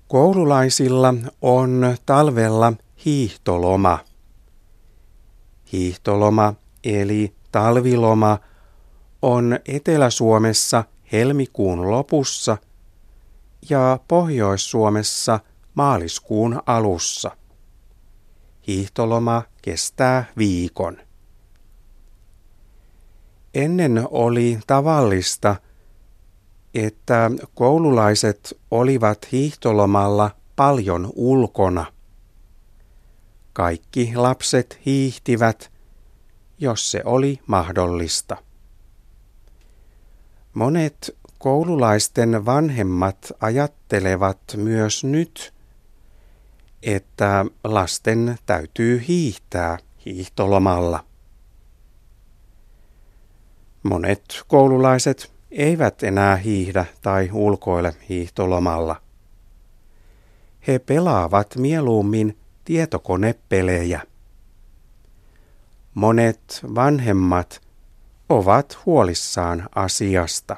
Koululaisilla on talvella hiihtoloma. Hiihtoloma eli talviloma on Etelä-Suomessa helmikuun lopussa ja Pohjois-Suomessa maaliskuun alussa. Hiihtoloma kestää viikon. Ennen oli tavallista, että koululaiset olivat hiihtolomalla paljon ulkona. Kaikki lapset hiihtivät, jos se oli mahdollista. Monet koululaisten vanhemmat ajattelevat myös nyt, että lasten täytyy hiihtää hiihtolomalla. Monet koululaiset eivät enää hiihdä tai ulkoile hiihtolomalla. He pelaavat mieluummin tietokonepelejä. Monet vanhemmat ovat huolissaan asiasta.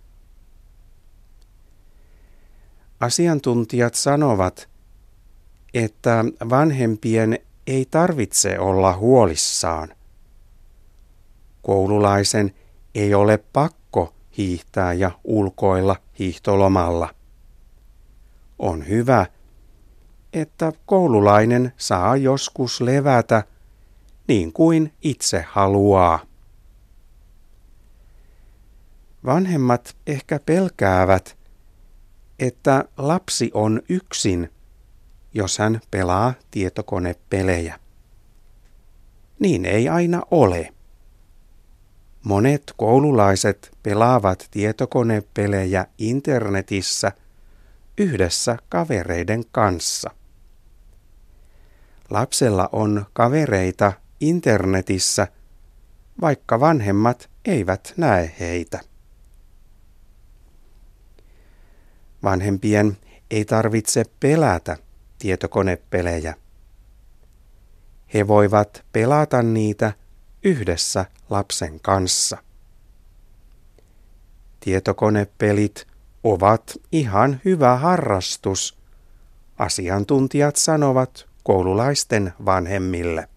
Asiantuntijat sanovat, että vanhempien ei tarvitse olla huolissaan. Koululaisen ei ole pakko hiihtää ja ulkoilla hiihtolomalla. On hyvä, että koululainen saa joskus levätä niin kuin itse haluaa. Vanhemmat ehkä pelkäävät, että lapsi on yksin, jos hän pelaa tietokonepelejä. Niin ei aina ole. Monet koululaiset pelaavat tietokonepelejä internetissä yhdessä kavereiden kanssa. Lapsella on kavereita internetissä, vaikka vanhemmat eivät näe heitä. Vanhempien ei tarvitse pelätä tietokonepelejä. He voivat pelata niitä yhdessä lapsen kanssa. Tietokonepelit ovat ihan hyvä harrastus, asiantuntijat sanovat koululaisten vanhemmille.